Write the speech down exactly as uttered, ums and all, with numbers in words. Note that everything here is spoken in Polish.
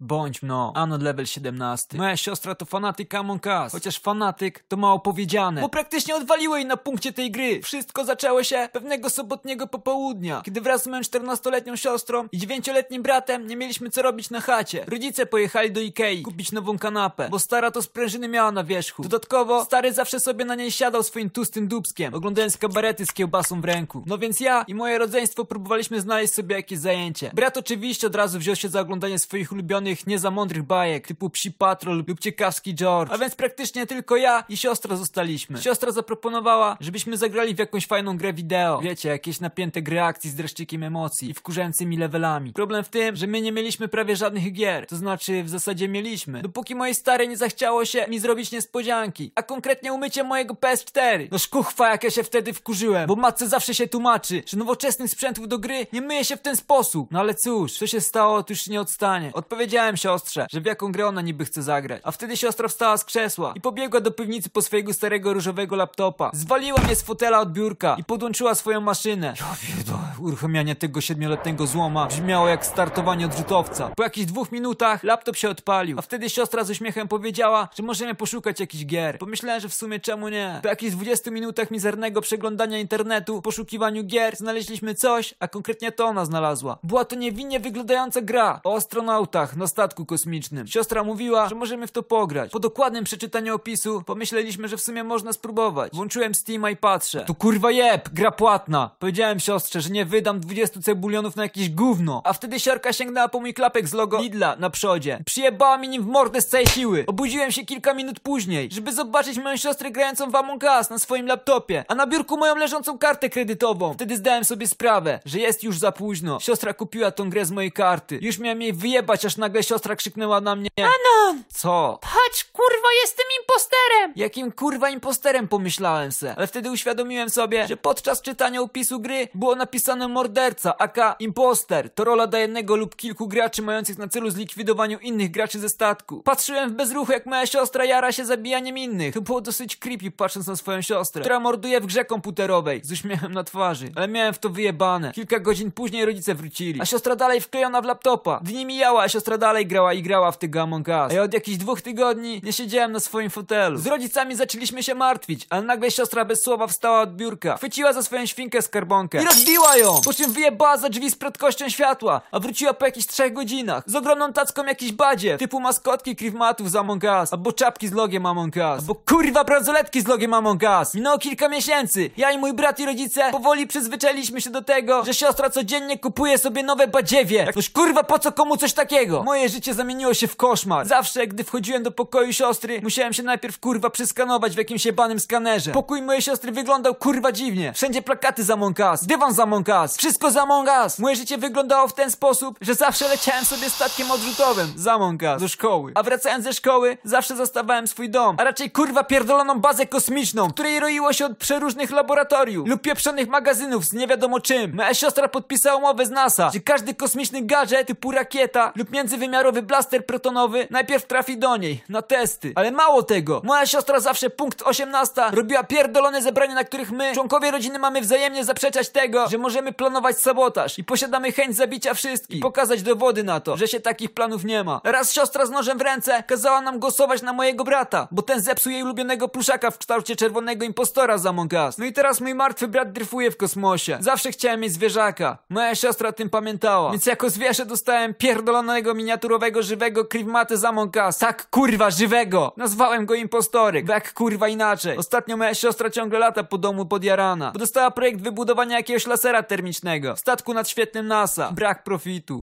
Bądź mno. Anod level siedemnasty. Moja siostra to fanatyk Among Us. Chociaż fanatyk to mało powiedziane, bo praktycznie odwaliło jej na punkcie tej gry. Wszystko zaczęło się pewnego sobotniego popołudnia, kiedy wraz z moją czternastoletnią siostrą i dziewięcioletnim bratem nie mieliśmy co robić na chacie. Rodzice pojechali do Ikei kupić nową kanapę, bo stara to sprężyny miała na wierzchu. Dodatkowo stary zawsze sobie na niej siadał swoim tłustym dupskiem, oglądając kabarety z kiełbasą w ręku. No więc ja i moje rodzeństwo próbowaliśmy znaleźć sobie jakieś zajęcie. Brat oczywiście od razu wziął się za oglądanie swoich ulubionych, nie za mądrych bajek, typu Psi Patrol lub Ciekawski George. A więc praktycznie tylko ja i siostra zostaliśmy. Siostra zaproponowała, żebyśmy zagrali w jakąś fajną grę wideo. Wiecie, jakieś napięte gry akcji z dreszczykiem emocji i wkurzającymi levelami. Problem w tym, że my nie mieliśmy prawie żadnych gier. To znaczy, w zasadzie mieliśmy. Dopóki mojej starej nie zachciało się mi zrobić niespodzianki. A konkretnie umycie mojego P S cztery. No szkuchwa, jak ja się wtedy wkurzyłem. Bo matce zawsze się tłumaczy, że nowoczesnych sprzętów do gry nie myje się w ten sposób. No ale cóż, co się stało, to już nie odstanie. Odpowiedziałem siostrze, że w jaką grę ona niby chce zagrać. A wtedy siostra wstała z krzesła i pobiegła do piwnicy po swojego starego różowego laptopa. Zwaliła mnie z fotela od biurka i podłączyła swoją maszynę. Ja pierdolę, uruchomienie tego siedmioletniego złoma brzmiało jak startowanie odrzutowca. Po jakichś dwóch minutach laptop się odpalił, a wtedy siostra z uśmiechem powiedziała, że możemy poszukać jakichś gier. Pomyślałem, że w sumie czemu nie. Po jakichś dwudziestu minutach mizernego przeglądania internetu, poszukiwaniu gier, znaleźliśmy coś, a konkretnie to ona znalazła. Była to niewinnie wyglądająca gra o astronautach na statku kosmicznym. Siostra mówiła, że możemy w to pograć. Po dokładnym przeczytaniu opisu pomyśleliśmy, że w sumie można spróbować. Włączyłem Steama i patrzę. To kurwa jeb, gra płatna. Powiedziałem siostrze, że nie wydam dwudziestu cebulionów na jakieś gówno. A wtedy siorka sięgnęła po mój klapek z logo Lidla na przodzie. Przyjebała mi nim w mordę z całej siły. Obudziłem się kilka minut później, żeby zobaczyć moją siostrę grającą w Among Us na swoim laptopie, a na biurku moją leżącą kartę kredytową. Wtedy zdałem sobie sprawę, że jest już za późno. Siostra kupiła tą grę z mojej karty. Już miałem jej wyjebać, aż nagle siostra krzyknęła na mnie: Anon! Co? Patrz, kurwa, jestem imposterem! Jakim kurwa imposterem, pomyślałem se. Ale wtedy uświadomiłem sobie, że podczas czytania opisu gry było napisane morderca, aka imposter. To rola dla jednego lub kilku graczy mających na celu zlikwidowaniu innych graczy ze statku. Patrzyłem w bezruchu, jak moja siostra jara się zabijaniem innych. To było dosyć creepy, patrząc na swoją siostrę, która morduje w grze komputerowej, z uśmiechem na twarzy. Ale miałem w to wyjebane. Kilka godzin później rodzice wrócili, a siostra dalej wklejona w laptopa. Dni mijała, a siostra dalej grała i grała w tego Among Us. A ja od jakichś dwóch tygodni nie siedziałem na swoim fotelu. Z rodzicami zaczęliśmy się martwić, ale nagle siostra bez słowa wstała od biurka, chwyciła za swoją świnkę skarbonkę i rozbiła ją, po czym wyjebała za drzwi z prędkością światła, a wróciła po jakichś trzech godzinach z ogromną tacką jakichś badziew, typu maskotki Krivmatów z Among Us, albo czapki z logiem Among Us, albo kurwa bransoletki z logiem Among Us. Minęło kilka miesięcy. Ja i mój brat i rodzice powoli przyzwyczailiśmy się do tego, że siostra codziennie kupuje sobie nowe badziewie. Jakoś kurwa, po co komu coś takiego? Moje życie zamieniło się w koszmar. Zawsze, gdy wchodziłem do pokoju siostry, musiałem się najpierw kurwa przyskanować w jakimś jebanym skanerze. Pokój mojej siostry wyglądał kurwa dziwnie. Wszędzie plakaty z Among Us, dywan z Among Us, wszystko z Among Us. Moje życie wyglądało w ten sposób, że zawsze leciałem sobie statkiem odrzutowym z Among Us do szkoły. A wracając ze szkoły, zawsze zastawałem swój dom, a raczej kurwa pierdoloną bazę kosmiczną, w której roiło się od przeróżnych laboratoriów lub pieprzonych magazynów z nie wiadomo czym. Moja siostra podpisała umowę z NASA, że każdy kosmiczny gadżet typu rakieta lub międzywymiarowy blaster protonowy najpierw trafi do niej na testy. Ale mało tego, moja siostra zawsze punkt osiemnasta robiła pierdolone zebrania, na których my, członkowie rodziny, mamy wzajemnie zaprzeczać tego, że możemy planować sabotaż i posiadamy chęć zabicia wszystkich i pokazać dowody na to, że się takich planów nie ma. Raz siostra z nożem w ręce kazała nam głosować na mojego brata, bo ten zepsuł jej ulubionego pluszaka w kształcie czerwonego impostora z Among Us. No i teraz mój martwy brat dryfuje w kosmosie. Zawsze chciałem mieć zwierzaka. Moja siostra o tym pamiętała. Więc jako zwierzę dostałem pierdolonego miniaturowego żywego Krivmatę z Among Us. Tak kurwa, żywego! Nazwałem go impostorek, bo jak kurwa inaczej. Ostatnio moja siostra ciągle lata po domu podjarana, bo dostała projekt wybudowania jakiegoś lasera termicznego w statku nad świetnym NASA. Brak profitu.